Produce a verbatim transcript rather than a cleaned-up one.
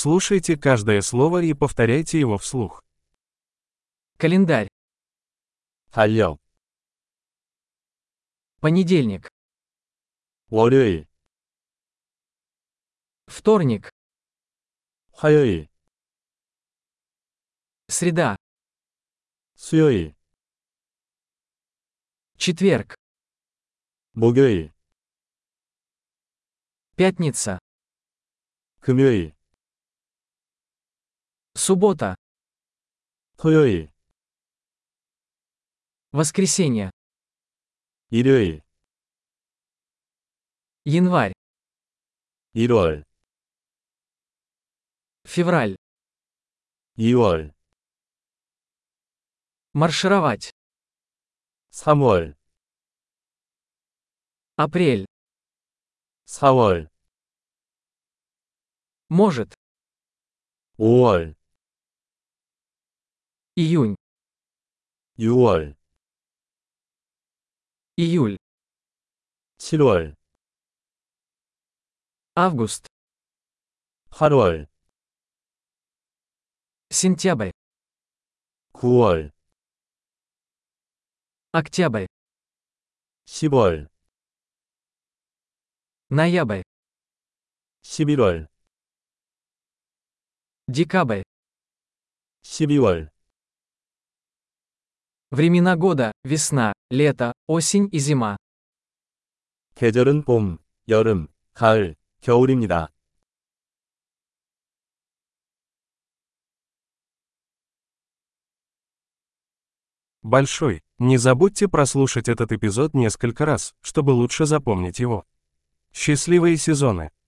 Слушайте каждое слово и повторяйте его вслух. Календарь. 달력, Понедельник. 월요일, Вторник. 화요일, Среда. 수요일, Четверг. 목요일, Пятница. 금요일, Суббота. 토요일, Воскресенье. 일요일, Январь. 일월, Февраль. 이월, Маршировать. 삼월, Апрель. 사월, Может. 오월, Июнь. 유월, Июль. 칠월, Август. 팔월, Сентябрь. 구월, Октябрь. 십월, Ноябрь. 십일월, Декабрь. 십이월. Времена года. Весна, лето, осень и зима. 계절은 봄, 여름, 가을, 겨울입니다. Большой. Не забудьте прослушать этот эпизод несколько раз, чтобы лучше запомнить его. Счастливые сезоны!